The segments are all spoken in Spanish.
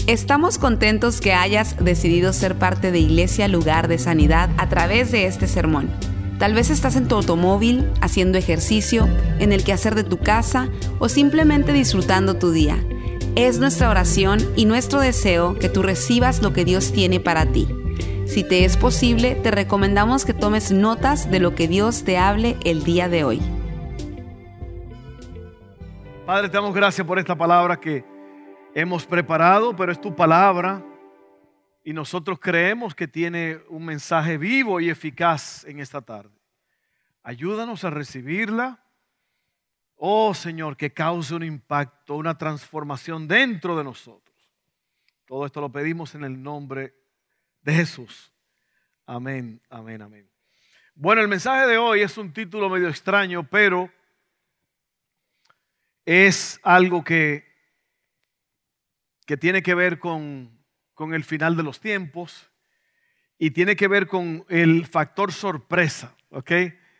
Estamos contentos que hayas decidido ser parte de Iglesia Lugar de Sanidad a través de este sermón. Tal vez estás en tu automóvil, haciendo ejercicio, en el quehacer de tu casa o simplemente disfrutando tu día. Es nuestra oración y nuestro deseo que tú recibas lo que Dios tiene para ti. Si te es posible, te recomendamos que tomes notas de lo que Dios te hable el día de hoy. Padre, te damos gracias por esta palabra que hemos preparado, pero es tu palabra y nosotros creemos que tiene un mensaje vivo y eficaz en esta tarde. Ayúdanos a recibirla. Oh Señor, que cause un impacto, una transformación dentro de nosotros. Todo esto lo pedimos en el nombre de Jesús. Amén, amén, amén. Bueno, el mensaje de hoy es un título medio extraño, pero es algo que tiene que ver con el final de los tiempos y tiene que ver con el factor sorpresa, ¿ok?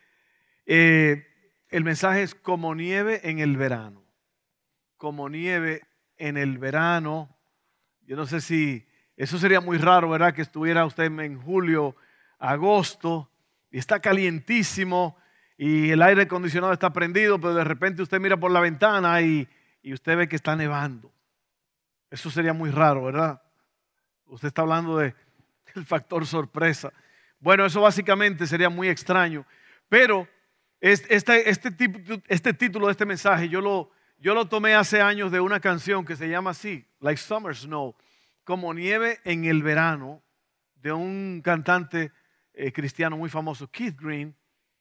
El mensaje es como nieve en el verano. Como nieve en el verano. Yo no sé si eso sería muy raro, ¿verdad? Que estuviera usted en julio, agosto y está calientísimo y el aire acondicionado está prendido, pero de repente usted mira por la ventana y usted ve que está nevando. Eso sería muy raro, ¿verdad? Usted está hablando del factor sorpresa. Bueno, eso básicamente sería muy extraño. Pero este título de este mensaje yo lo tomé hace años de una canción que se llama así, Like Summer Snow, como nieve en el verano, de un cantante cristiano muy famoso, Keith Green,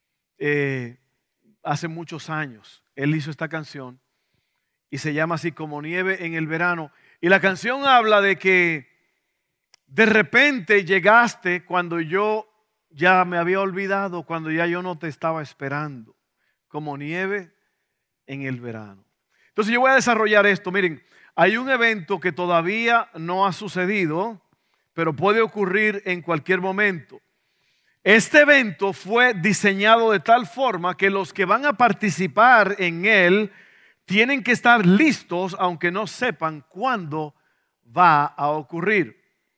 hace muchos años. Él hizo esta canción y se llama así, como nieve en el verano. Y la canción habla de que de repente llegaste cuando yo ya me había olvidado, cuando ya yo no te estaba esperando, como nieve en el verano. Entonces yo voy a desarrollar esto. Miren, hay un evento que todavía no ha sucedido, pero puede ocurrir en cualquier momento. Este evento fue diseñado de tal forma que los que van a participar en él tienen que estar listos, aunque no sepan cuándo va a ocurrir.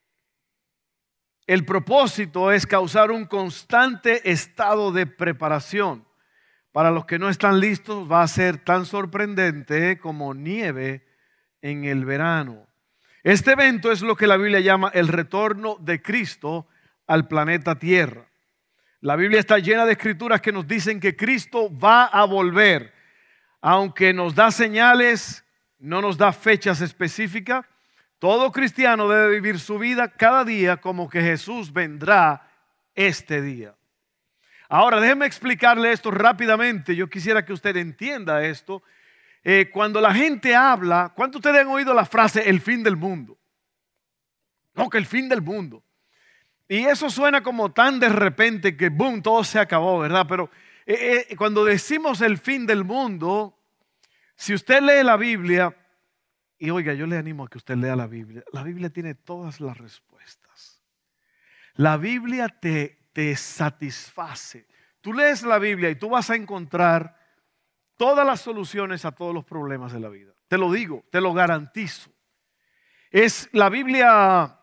El propósito es causar un constante estado de preparación. Para los que no están listos, va a ser tan sorprendente como nieve en el verano. Este evento es lo que la Biblia llama el retorno de Cristo al planeta Tierra. La Biblia está llena de escrituras que nos dicen que Cristo va a volver. Aunque nos da señales, no nos da fechas específicas. Todo cristiano debe vivir su vida cada día como que Jesús vendrá este día. Ahora, déjeme explicarle esto rápidamente. Yo quisiera que usted entienda esto. Cuando la gente habla, ¿cuántos de ustedes han oído la frase el fin del mundo? No, que el fin del mundo. Y eso suena como tan de repente que boom, todo se acabó, ¿verdad? Pero cuando decimos el fin del mundo, si usted lee la Biblia, y oiga, yo le animo a que usted lea la Biblia tiene todas las respuestas. La Biblia te satisface. Tú lees la Biblia y tú vas a encontrar todas las soluciones a todos los problemas de la vida. Te lo digo, te lo garantizo. Es la Biblia,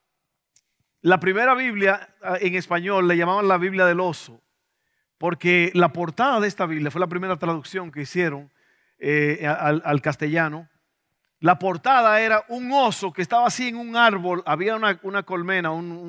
la primera Biblia en español le llamaban la Biblia del oso, porque la portada de esta Biblia fue la primera traducción que hicieron al castellano. La portada era un oso que estaba así en un árbol, había una colmena,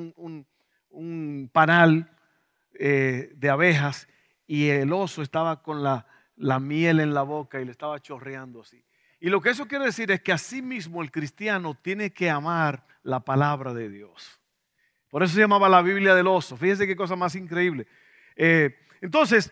un panal de abejas y el oso estaba con la miel en la boca y le estaba chorreando así. Y lo que eso quiere decir es que así mismo el cristiano tiene que amar la palabra de Dios. Por eso se llamaba la Biblia del oso. Fíjense qué cosa más increíble. Entonces,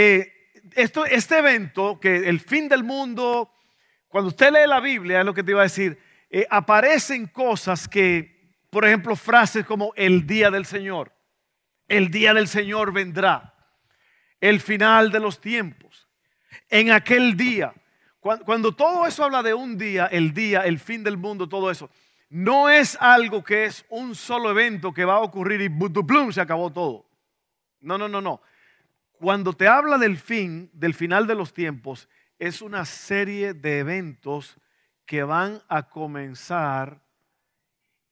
este evento, que el fin del mundo, cuando usted lee la Biblia, es lo que te iba a decir, aparecen cosas que, por ejemplo, frases como el día del Señor. El día del Señor vendrá. El final de los tiempos. En aquel día. Cuando todo eso habla de un día, el fin del mundo, todo eso, no es algo que es un solo evento que va a ocurrir y ¡plum! Se acabó todo. No. Cuando te habla del final de los tiempos, es una serie de eventos que van a comenzar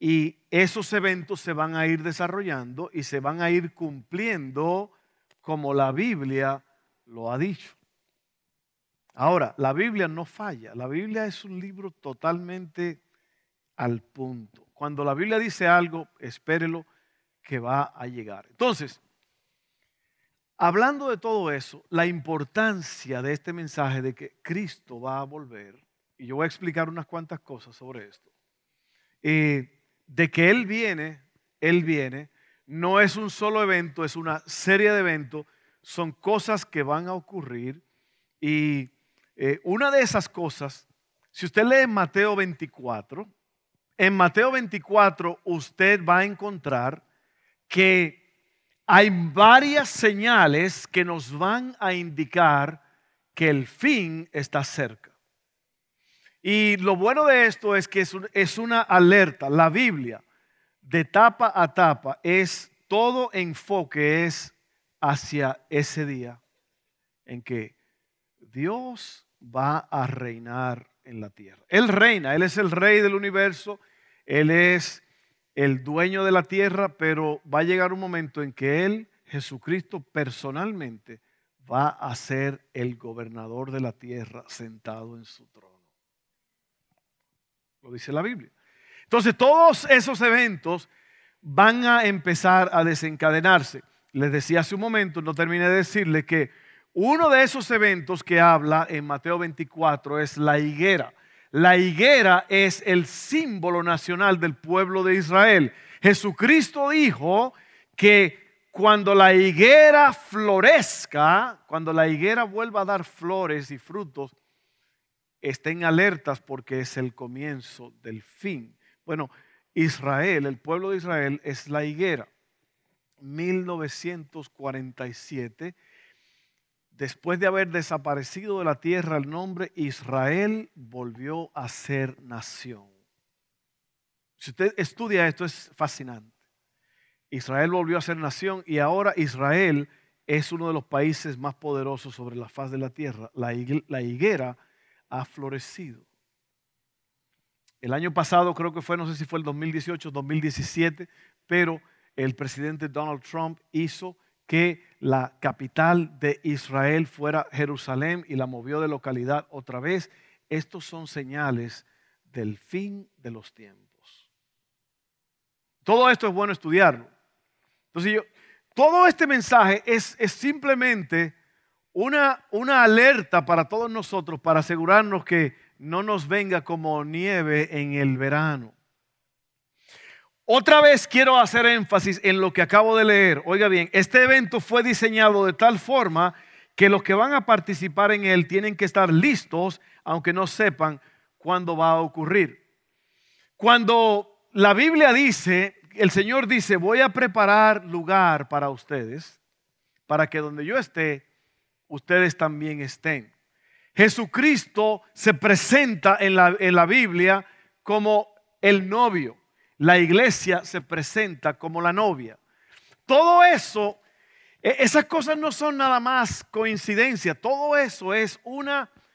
y esos eventos se van a ir desarrollando y se van a ir cumpliendo como la Biblia lo ha dicho. Ahora, la Biblia no falla. La Biblia es un libro totalmente al punto. Cuando la Biblia dice algo, espérelo que va a llegar. Entonces, hablando de todo eso, la importancia de este mensaje de que Cristo va a volver, y yo voy a explicar unas cuantas cosas sobre esto, de que Él viene, no es un solo evento, es una serie de eventos, son cosas que van a ocurrir y una de esas cosas, si usted lee Mateo 24, en Mateo 24 usted va a encontrar que hay varias señales que nos van a indicar que el fin está cerca. Y lo bueno de esto es que es una alerta. La Biblia, de tapa a tapa, todo enfoque es hacia ese día en que Dios va a reinar en la tierra. Él reina, Él es el rey del universo, Él es el dueño de la tierra, pero va a llegar un momento en que Él, Jesucristo, personalmente va a ser el gobernador de la tierra sentado en su trono. Lo dice la Biblia. Entonces todos esos eventos van a empezar a desencadenarse. Les decía hace un momento, no terminé de decirle que uno de esos eventos que habla en Mateo 24 es la higuera. La higuera es el símbolo nacional del pueblo de Israel. Jesucristo dijo que cuando la higuera florezca, cuando la higuera vuelva a dar flores y frutos, estén alertas porque es el comienzo del fin. Bueno, Israel, el pueblo de Israel es la higuera. 1947, después de haber desaparecido de la tierra el nombre Israel, volvió a ser nación. Si usted estudia esto es fascinante. Israel volvió a ser nación y ahora Israel es uno de los países más poderosos sobre la faz de la tierra. La higuera ha florecido. El año pasado creo que fue, no sé si fue el 2018 o 2017, pero el presidente Donald Trump hizo que la capital de Israel fuera Jerusalén y la movió de localidad otra vez. Estos son señales del fin de los tiempos. Todo esto es bueno estudiarlo. Entonces todo este mensaje es simplemente una alerta para todos nosotros para asegurarnos que no nos venga como nieve en el verano. Otra vez quiero hacer énfasis en lo que acabo de leer. Oiga bien, este evento fue diseñado de tal forma que los que van a participar en él tienen que estar listos, aunque no sepan cuándo va a ocurrir. Cuando la Biblia dice, el Señor dice, voy a preparar lugar para ustedes, para que donde yo esté, ustedes también estén. Jesucristo se presenta en la Biblia como el novio. La iglesia se presenta como la novia. Todo eso, esas cosas no son nada más coincidencia. Todo eso es un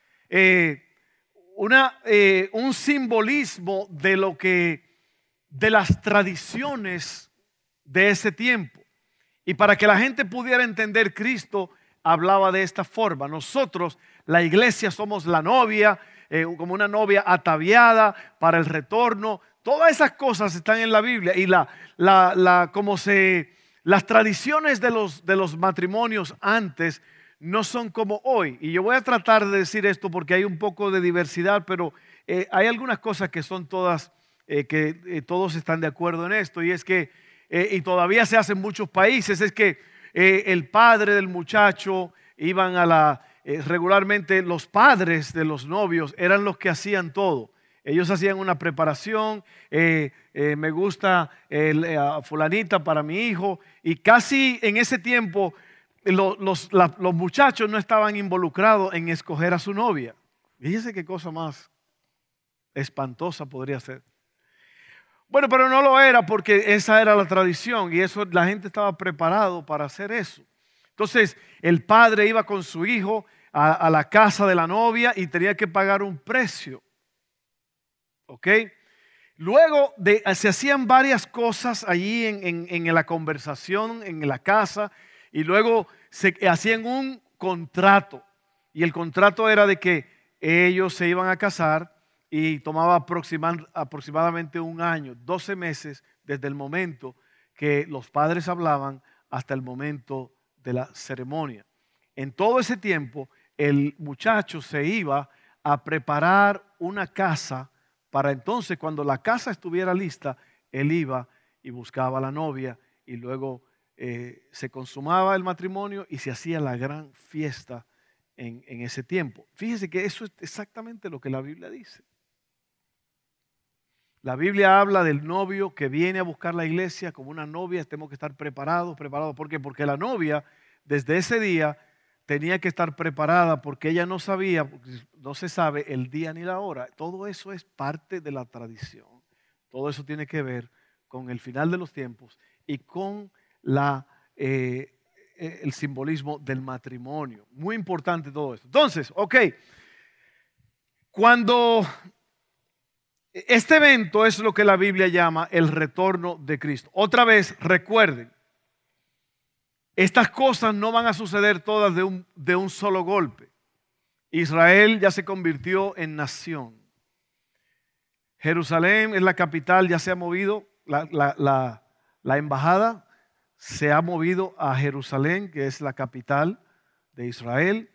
simbolismo de las tradiciones de ese tiempo. Y para que la gente pudiera entender, Cristo hablaba de esta forma. Nosotros, la iglesia, somos la novia, como una novia ataviada para el retorno. Todas esas cosas están en la Biblia y las tradiciones de los matrimonios antes no son como hoy. Y yo voy a tratar de decir esto porque hay un poco de diversidad, pero hay algunas cosas que son todas, todos están de acuerdo en esto. Y es que, y todavía se hace en muchos países, es que el padre del muchacho iban regularmente los padres de los novios eran los que hacían todo. Ellos hacían una preparación, me gusta fulanita para mi hijo, y casi en ese tiempo los muchachos no estaban involucrados en escoger a su novia. Fíjense qué cosa más espantosa podría ser. Bueno, pero no lo era porque esa era la tradición y eso la gente estaba preparado para hacer eso. Entonces el padre iba con su hijo a la casa de la novia y tenía que pagar un precio. ¿Ok? Luego se hacían varias cosas allí en la conversación, en la casa, y luego se hacían un contrato. Y el contrato era de que ellos se iban a casar y tomaba aproximadamente un año, 12 meses desde el momento que los padres hablaban hasta el momento de la ceremonia. En todo ese tiempo, el muchacho se iba a preparar una casa para entonces, cuando la casa estuviera lista, él iba y buscaba a la novia y luego se consumaba el matrimonio y se hacía la gran fiesta en ese tiempo. Fíjese que eso es exactamente lo que la Biblia dice. La Biblia habla del novio que viene a buscar la iglesia como una novia. Tenemos que estar preparados. ¿Por qué? Porque la novia desde ese día tenía que estar preparada porque ella no sabía, no se sabe el día ni la hora. Todo eso es parte de la tradición. Todo eso tiene que ver con el final de los tiempos y con el simbolismo del matrimonio. Muy importante todo esto. Entonces, cuando este evento es lo que la Biblia llama el retorno de Cristo. Otra vez, recuerden, estas cosas no van a suceder todas de un solo golpe. Israel ya se convirtió en nación. Jerusalén es la capital, ya se ha movido, la embajada se ha movido a Jerusalén, que es la capital de Israel.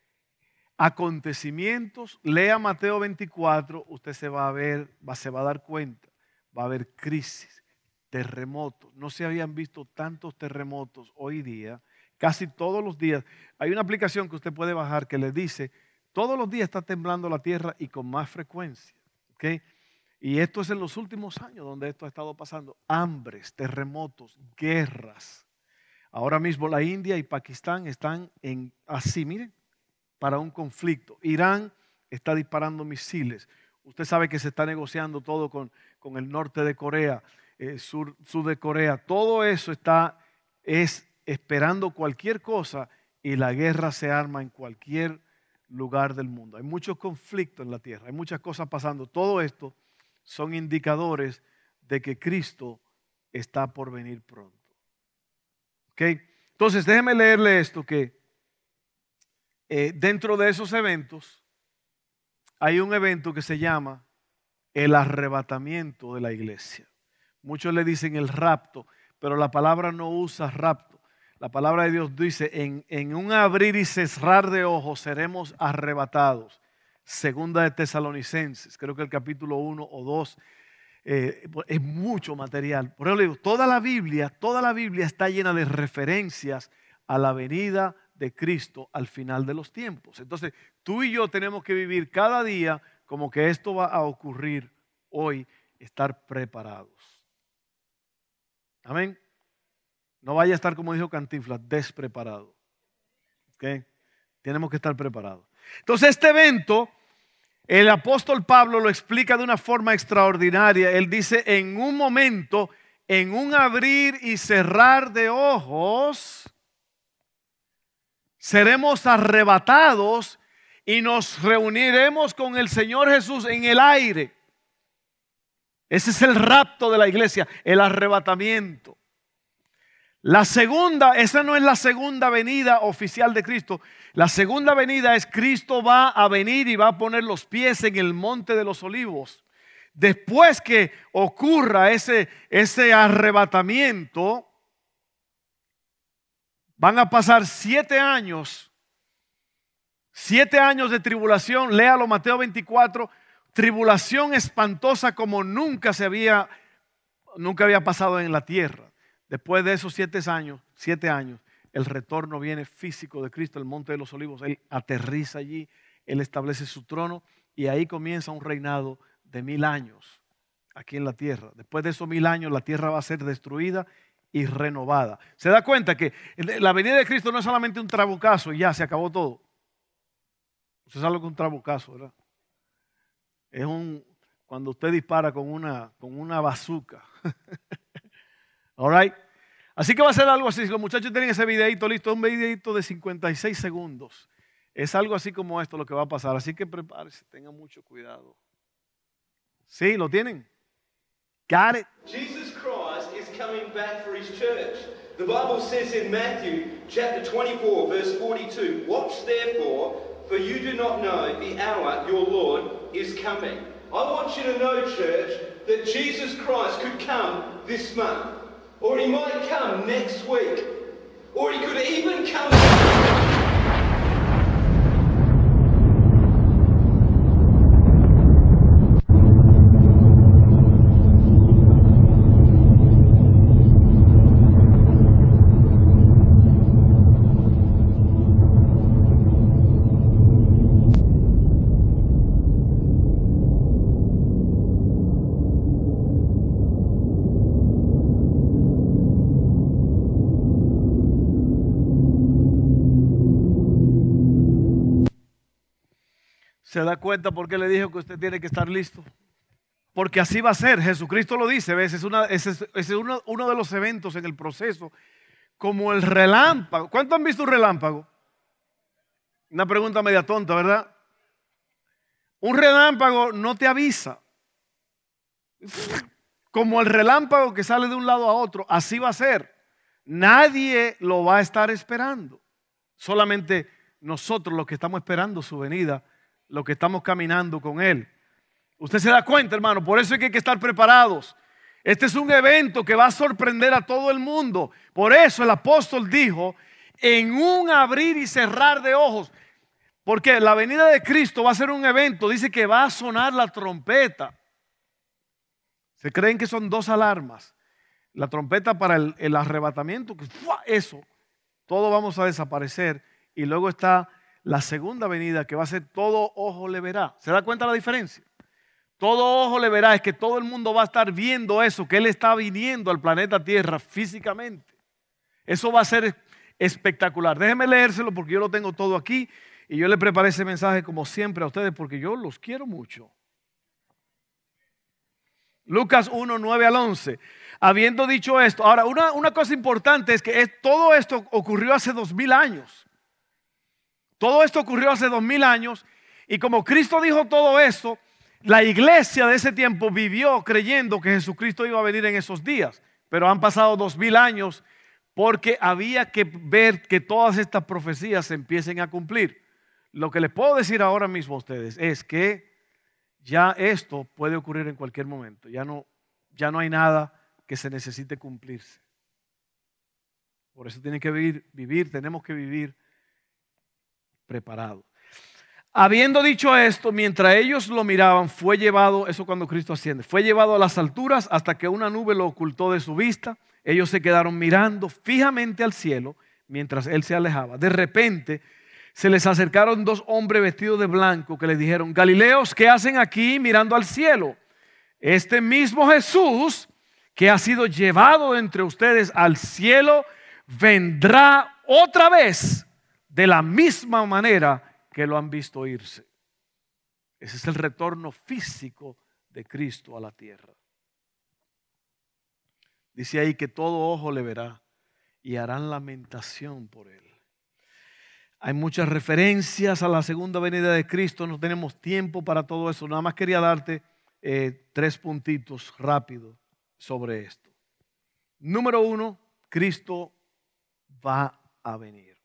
Acontecimientos, lea Mateo 24, usted se va a dar cuenta, va a haber crisis. Terremotos, no se habían visto tantos terremotos hoy día, casi todos los días. Hay una aplicación que usted puede bajar que le dice, todos los días está temblando la tierra y con más frecuencia. ¿Okay? Y esto es en los últimos años donde esto ha estado pasando. Hambres, terremotos, guerras. Ahora mismo la India y Pakistán están así, miren, para un conflicto. Irán está disparando misiles. Usted sabe que se está negociando todo con el norte de Corea. Sur de Corea, todo eso es esperando cualquier cosa y la guerra se arma en cualquier lugar del mundo. Hay muchos conflictos en la tierra, hay muchas cosas pasando. Todo esto son indicadores de que Cristo está por venir pronto. ¿Okay? Entonces, déjeme leerle esto que dentro de esos eventos hay un evento que se llama el arrebatamiento de la iglesia. Muchos le dicen el rapto, pero la palabra no usa rapto. La palabra de Dios dice, en un abrir y cerrar de ojos seremos arrebatados. Segunda de Tesalonicenses, creo que el capítulo 1 o 2, es mucho material. Por eso le digo, toda la Biblia está llena de referencias a la venida de Cristo al final de los tiempos. Entonces, tú y yo tenemos que vivir cada día como que esto va a ocurrir hoy, estar preparados. Amén. No vaya a estar, como dijo Cantinflas, despreparado. ¿Okay? Tenemos que estar preparados. Entonces este evento, el apóstol Pablo lo explica de una forma extraordinaria. Él dice, en un momento, en un abrir y cerrar de ojos, seremos arrebatados y nos reuniremos con el Señor Jesús en el aire. Ese es el rapto de la iglesia, el arrebatamiento. La segunda, esa no es la segunda venida oficial de Cristo. La segunda venida es Cristo va a venir y va a poner los pies en el monte de los olivos. Después que ocurra ese arrebatamiento, van a pasar 7 años. 7 años de tribulación. Léalo, Mateo 24. Tribulación espantosa como nunca había pasado en la tierra. Después de esos 7 años, el retorno viene físico de Cristo, el monte de los olivos. Él aterriza allí, Él establece su trono y ahí comienza un reinado de 1000 años aquí en la tierra. Después de esos 1000 años la tierra va a ser destruida y renovada. ¿Se da cuenta que la venida de Cristo no es solamente un trabucazo y ya se acabó todo? Eso es algo que un trabucazo, ¿verdad? Es cuando usted dispara con una bazooka. All right. Así que va a ser algo así. Si los muchachos tienen ese videito listo, un videito de 56 segundos. Es algo así como esto lo que va a pasar. Así que prepárese, tengan mucho cuidado. ¿Sí? ¿Lo tienen? Got it? Jesus Christ is coming back for his church. The Bible says in Matthew chapter 24 verse 42, "Watch therefore, for you do not know the hour your Lord is coming." I want you to know, church, that Jesus Christ could come this month, or he might come next week, or he could even come ¿Se da cuenta por qué le dijo que usted tiene que estar listo? Porque así va a ser. Jesucristo lo dice, ¿ves? Ese es uno de los eventos en el proceso, como el relámpago. ¿Cuántos han visto un relámpago? Una pregunta media tonta, ¿verdad? Un relámpago no te avisa. Como el relámpago que sale de un lado a otro, así va a ser. Nadie lo va a estar esperando. Solamente nosotros los que estamos esperando su venida, los que estamos caminando con Él. Usted se da cuenta, hermano, por eso es que hay que estar preparados. Este es un evento que va a sorprender a todo el mundo. Por eso el apóstol dijo, en un abrir y cerrar de ojos, porque la venida de Cristo va a ser un evento, dice que va a sonar la trompeta. Se creen que son dos alarmas. La trompeta para el arrebatamiento, que eso, todo vamos a desaparecer. Y luego está la segunda venida, que va a ser todo ojo le verá. ¿Se da cuenta la diferencia? Todo ojo le verá, es que todo el mundo va a estar viendo eso, que Él está viniendo al planeta Tierra físicamente. Eso va a ser espectacular. Déjenme leérselo porque yo lo tengo todo aquí y yo le preparé ese mensaje como siempre a ustedes porque yo los quiero mucho. Lucas 1, 9 al 11. Habiendo dicho esto, ahora una cosa importante es que todo esto ocurrió hace 2000 años. Todo esto ocurrió hace 2000 años y como Cristo dijo todo esto, la iglesia de ese tiempo vivió creyendo que Jesucristo iba a venir en esos días. Pero han pasado 2000 años porque había que ver que todas estas profecías se empiecen a cumplir. Lo que les puedo decir ahora mismo a ustedes es que ya esto puede ocurrir en cualquier momento. Ya no hay nada que se necesite cumplirse. Por eso tienen que tenemos que vivir preparados. Habiendo dicho esto, mientras ellos lo miraban, fue llevado, eso cuando Cristo asciende, fue llevado a las alturas hasta que una nube lo ocultó de su vista. Ellos se quedaron mirando fijamente al cielo mientras Él se alejaba. De repente se les acercaron dos hombres vestidos de blanco que les dijeron: Galileos, ¿qué hacen aquí mirando al cielo? Este mismo Jesús que ha sido llevado de entre ustedes al cielo vendrá otra vez de la misma manera que lo han visto irse. Ese es el retorno físico de Cristo a la tierra. Dice ahí que todo ojo le verá y harán lamentación por él. Hay muchas referencias a la segunda venida de Cristo. No tenemos tiempo para todo eso. Nada más quería darte 3 puntitos rápidos sobre esto. Número 1, Cristo va a venir.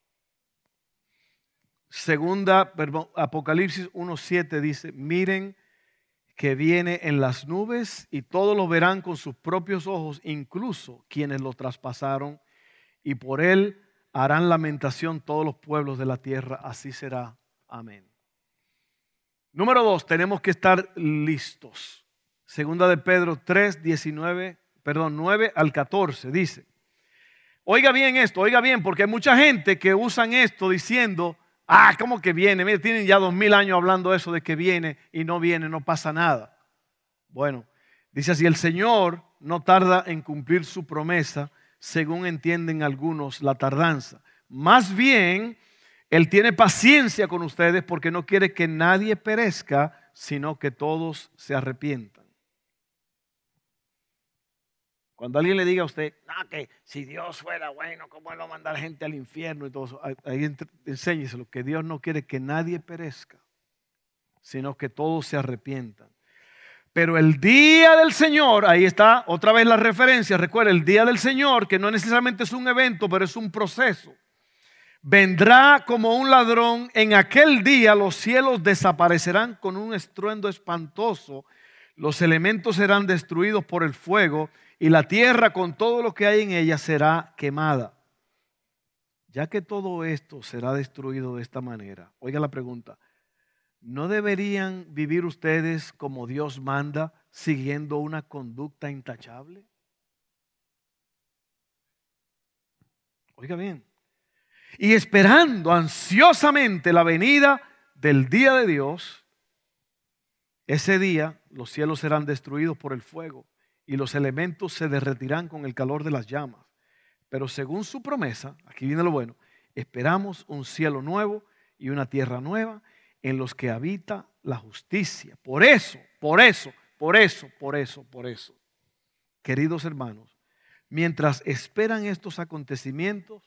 Apocalipsis 1:7 dice: miren que viene en las nubes y todos lo verán con sus propios ojos, incluso quienes lo traspasaron, y por él harán lamentación todos los pueblos de la tierra. Así será. Amén. Número 2, tenemos que estar listos. Segunda de Pedro 9 al 14 dice: oiga bien esto, oiga bien, porque hay mucha gente que usan esto diciendo: ¿cómo que viene? Mire, tienen ya 2000 años hablando eso de que viene y no viene, no pasa nada. Bueno, dice así: el Señor no tarda en cumplir su promesa, según entienden algunos la tardanza. Más bien, Él tiene paciencia con ustedes porque no quiere que nadie perezca, sino que todos se arrepientan. Cuando alguien le diga a usted: que si Dios fuera bueno, ¿cómo Él va a mandar gente al infierno? Y todo eso, ahí enséñeselo, que Dios no quiere que nadie perezca, sino que todos se arrepientan. Pero el día del Señor, ahí está otra vez la referencia, recuerda, el día del Señor, que no necesariamente es un evento, pero es un proceso. Vendrá como un ladrón, en aquel día los cielos desaparecerán con un estruendo espantoso, los elementos serán destruidos por el fuego y la tierra con todo lo que hay en ella será quemada. Ya que todo esto será destruido de esta manera, oiga la pregunta, ¿no deberían vivir ustedes como Dios manda, siguiendo una conducta intachable? Oiga bien. Y esperando ansiosamente la venida del día de Dios, ese día los cielos serán destruidos por el fuego y los elementos se derretirán con el calor de las llamas. Pero según su promesa, aquí viene lo bueno, esperamos un cielo nuevo y una tierra nueva en los que habita la justicia. Por eso, queridos hermanos, mientras esperan estos acontecimientos,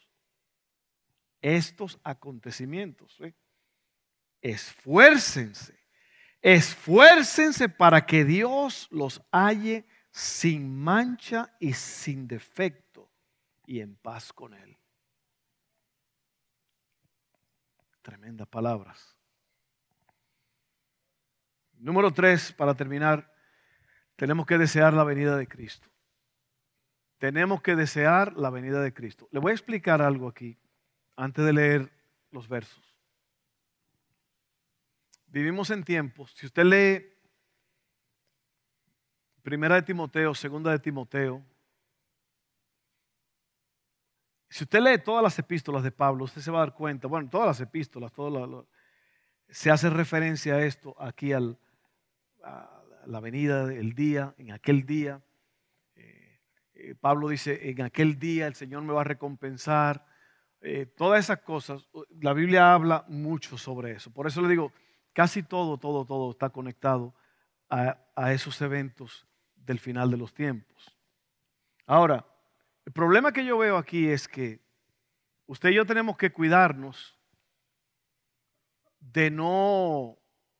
esfuércense para que Dios los halle sin mancha y sin defecto y en paz con Él. Tremendas palabras. Número 3, para terminar, tenemos que desear la venida de Cristo. Tenemos que desear la venida de Cristo. Le voy a explicar algo aquí, antes de leer los versos. Vivimos en tiempos, si usted lee 1 de Timoteo, 2 de Timoteo, si usted lee todas las epístolas de Pablo, usted se va a dar cuenta, bueno, todas las epístolas, se hace referencia a esto aquí a la venida del día, en aquel día. Pablo dice, en aquel día el Señor me va a recompensar. Todas esas cosas, la Biblia habla mucho sobre eso. Por eso le digo, casi todo está conectado a esos eventos del final de los tiempos. Ahora, el problema que yo veo aquí es que usted y yo tenemos que cuidarnos de no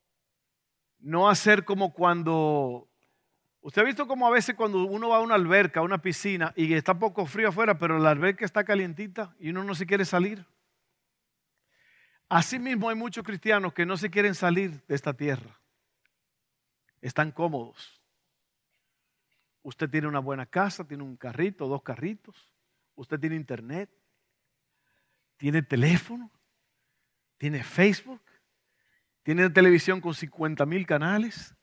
hacer como cuando... Usted ha visto como a veces cuando uno va a una alberca, a una piscina y está poco frío afuera, pero la alberca está calientita y uno no se quiere salir. Así mismo hay muchos cristianos que no se quieren salir de esta tierra. Están cómodos. Usted tiene una buena casa, tiene un carrito, 2 carritos. Usted tiene internet, tiene teléfono, tiene Facebook, tiene televisión con 50,000 canales.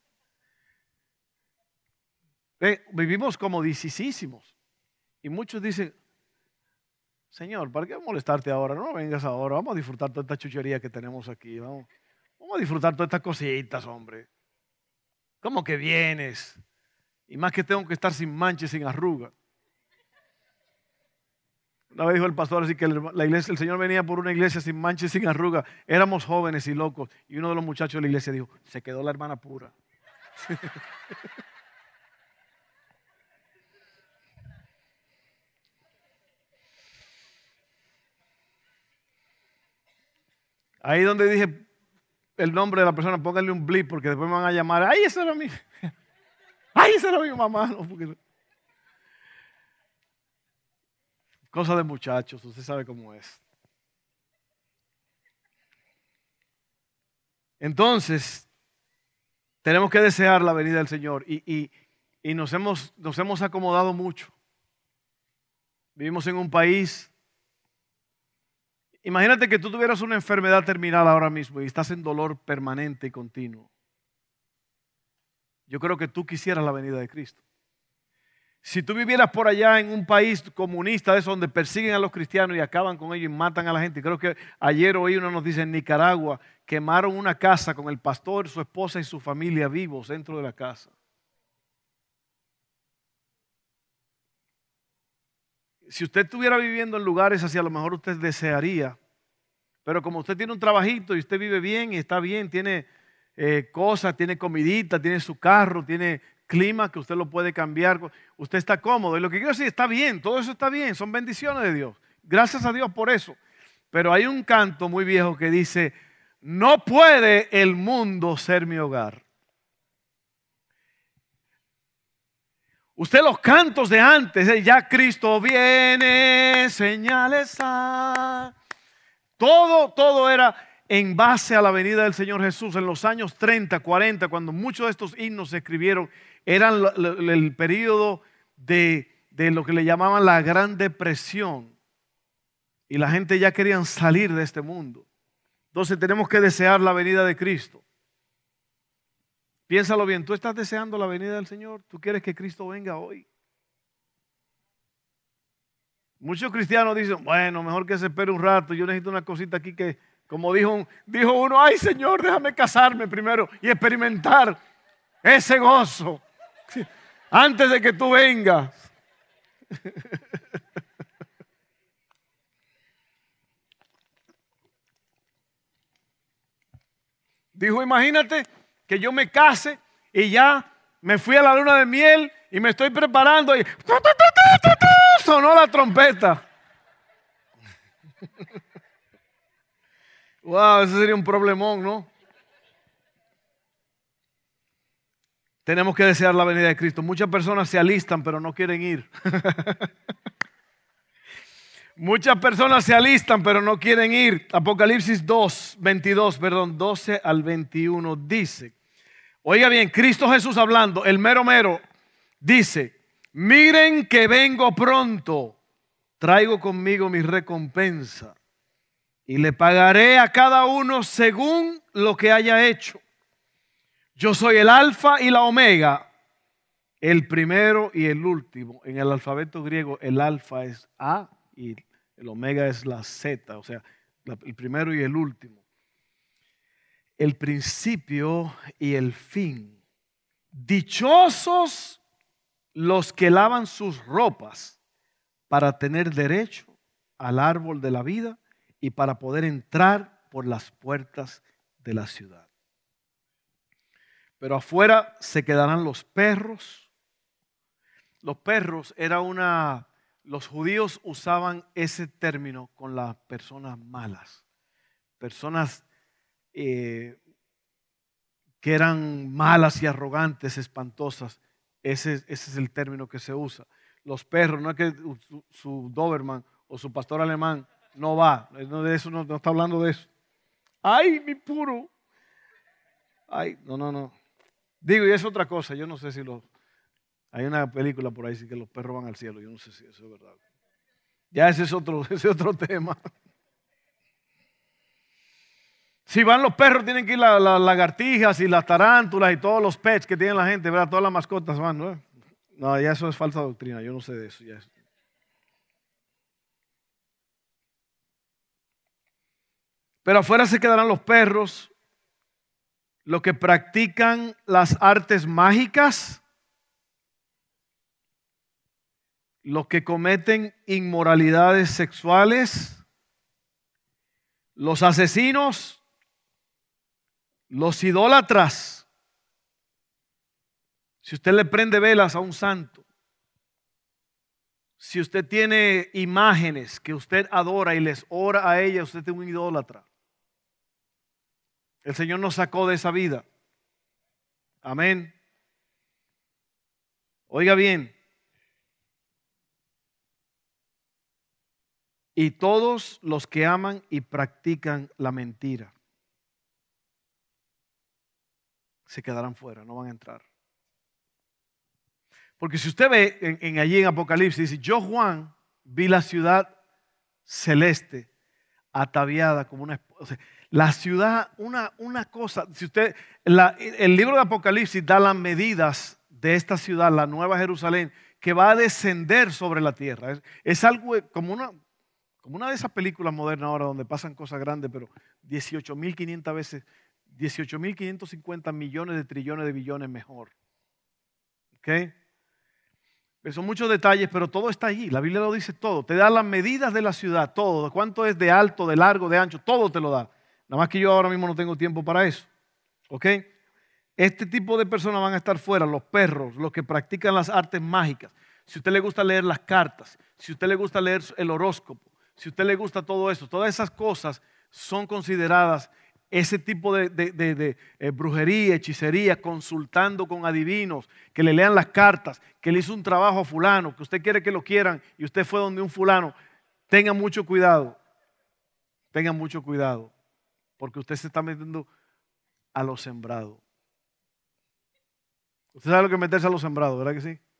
Vivimos comodicísimos. Y muchos dicen, Señor, ¿para qué molestarte ahora? No vengas ahora, vamos a disfrutar toda esta chuchería que tenemos aquí. Vamos a disfrutar todas estas cositas, hombre. ¿Cómo que vienes? Y más que tengo que estar sin mancha y sin arruga. Una vez dijo el pastor así que la iglesia, el Señor venía por una iglesia sin mancha y sin arruga. Éramos jóvenes y locos. Y uno de los muchachos de la iglesia dijo, se quedó la hermana pura. Ahí donde dije el nombre de la persona, pónganle un blip porque después me van a llamar. ¡Ay, esa era mi! ¡Ay, esa era mi mamá! No, porque... Cosa de muchachos, usted sabe cómo es. Entonces, tenemos que desear la venida del Señor y nos hemos acomodado mucho. Vivimos en un país. Imagínate que tú tuvieras una enfermedad terminal ahora mismo y estás en dolor permanente y continuo. Yo creo que tú quisieras la venida de Cristo. Si tú vivieras por allá en un país comunista, de eso donde persiguen a los cristianos y acaban con ellos y matan a la gente. Creo que ayer oí uno nos dice en Nicaragua, quemaron una casa con el pastor, su esposa y su familia vivos dentro de la casa. Si usted estuviera viviendo en lugares así, a lo mejor usted desearía. Pero como usted tiene un trabajito y usted vive bien y está bien, tiene cosas, tiene comidita, tiene su carro, tiene clima que usted lo puede cambiar, usted está cómodo. Y lo que quiero decir, está bien, todo eso está bien, son bendiciones de Dios. Gracias a Dios por eso. Pero hay un canto muy viejo que dice, no puede el mundo ser mi hogar. Usted los cantos de antes, ya Cristo viene, señales a... Todo era en base a la venida del Señor Jesús. En los años 30, 40, cuando muchos de estos himnos se escribieron, eran el periodo de lo que le llamaban la Gran Depresión. Y la gente ya querían salir de este mundo. Entonces tenemos que desear la venida de Cristo. Piénsalo bien, ¿tú estás deseando la venida del Señor? ¿Tú quieres que Cristo venga hoy? Muchos cristianos dicen, bueno, mejor que se espere un rato, yo necesito una cosita aquí que, como dijo uno, ay Señor, déjame casarme primero y experimentar ese gozo antes de que tú vengas. Dijo, imagínate que yo me case y ya me fui a la luna de miel y me estoy preparando y sonó la trompeta. Wow, ese sería un problemón, ¿no? Tenemos que desear la venida de Cristo. Muchas personas se alistan, pero no quieren ir. Muchas personas se alistan, pero no quieren ir. Apocalipsis 12 al 21 dice, oiga bien, Cristo Jesús hablando, el mero mero, dice, miren que vengo pronto, traigo conmigo mi recompensa y le pagaré a cada uno según lo que haya hecho. Yo soy el alfa y la omega, el primero y el último. En el alfabeto griego el alfa es A y el omega es la Z, o sea, el primero y el último. El principio y el fin. Dichosos los que lavan sus ropas para tener derecho al árbol de la vida y para poder entrar por las puertas de la ciudad. Pero afuera se quedarán los perros. Los perros era los judíos usaban ese término con las personas malas. Personas que eran malas y arrogantes, espantosas. Ese es el término que se usa. Los perros, no es que su Doberman o su pastor alemán no va. De eso no está hablando de eso. ¡Ay, mi puro! ¡Ay, no! Digo, y es otra cosa, yo no sé si hay una película por ahí que los perros van al cielo, yo no sé si eso es verdad. Ya ese es otro tema. Si van los perros, tienen que ir las lagartijas y las tarántulas y todos los pets que tiene la gente, ¿verdad? Todas las mascotas van, ¿no? No, ya eso es falsa doctrina, yo no sé de eso. Ya es. Pero afuera se quedarán los perros, los que practican las artes mágicas, los que cometen inmoralidades sexuales, los asesinos, los idólatras. Si usted le prende velas a un santo, si usted tiene imágenes que usted adora y les ora a ellas, usted es un idólatra. El Señor nos sacó de esa vida. Amén. Oiga bien. Y todos los que aman y practican la mentira se quedarán fuera, no van a entrar. Porque si usted ve allí en Apocalipsis, dice, yo Juan vi la ciudad celeste ataviada como una esposa. O sea, la ciudad, una cosa, si usted, el libro de Apocalipsis da las medidas de esta ciudad, la Nueva Jerusalén, que va a descender sobre la tierra. Es algo como una de esas películas modernas ahora donde pasan cosas grandes, pero 18.500 veces, 18.550 millones de trillones de billones mejor. ¿Ok? Son muchos detalles, pero todo está allí. La Biblia lo dice todo. Te da las medidas de la ciudad, todo. Cuánto es de alto, de largo, de ancho, todo te lo da. Nada más que yo ahora mismo no tengo tiempo para eso. ¿Ok? Este tipo de personas van a estar fuera, los perros, los que practican las artes mágicas. Si a usted le gusta leer las cartas, si a usted le gusta leer el horóscopo, si a usted le gusta todo eso, todas esas cosas son consideradas ese tipo de brujería, hechicería, consultando con adivinos, que le lean las cartas, que le hizo un trabajo a fulano, que usted quiere que lo quieran y usted fue donde un fulano, tenga mucho cuidado, porque usted se está metiendo a lo sembrado. Usted sabe lo que es meterse a lo sembrado, ¿verdad que sí?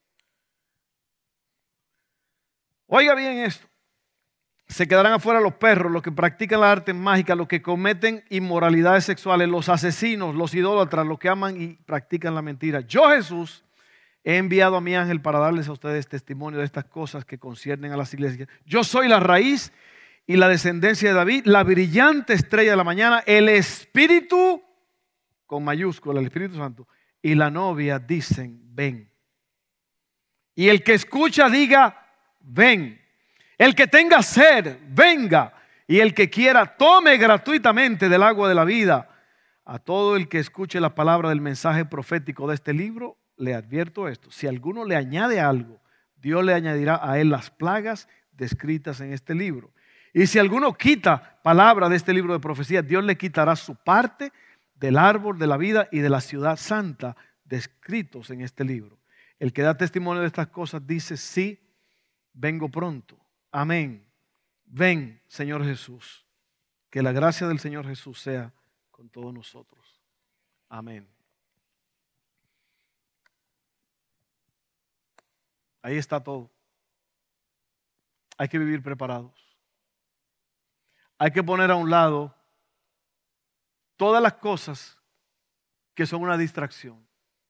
Oiga bien esto. Se quedarán afuera los perros, los que practican las artes mágicas, los que cometen inmoralidades sexuales, los asesinos, los idólatras, los que aman y practican la mentira. Yo, Jesús, he enviado a mi ángel para darles a ustedes testimonio de estas cosas que conciernen a las iglesias. Yo soy la raíz y la descendencia de David, la brillante estrella de la mañana, el Espíritu, con mayúscula, el Espíritu Santo, y la novia dicen, ven. Y el que escucha diga, ven. El que tenga sed, venga. Y el que quiera, tome gratuitamente del agua de la vida. A todo el que escuche la palabra del mensaje profético de este libro, le advierto esto. Si alguno le añade algo, Dios le añadirá a él las plagas descritas en este libro. Y si alguno quita palabra de este libro de profecía, Dios le quitará su parte del árbol de la vida y de la ciudad santa descritos en este libro. El que da testimonio de estas cosas dice, sí, vengo pronto. Amén. Ven, Señor Jesús. Que la gracia del Señor Jesús sea con todos nosotros. Amén. Ahí está todo. Hay que vivir preparados. Hay que poner a un lado todas las cosas que son una distracción.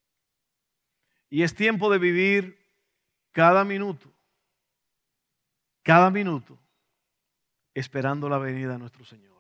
Y es tiempo de vivir cada minuto, esperando la venida de nuestro Señor.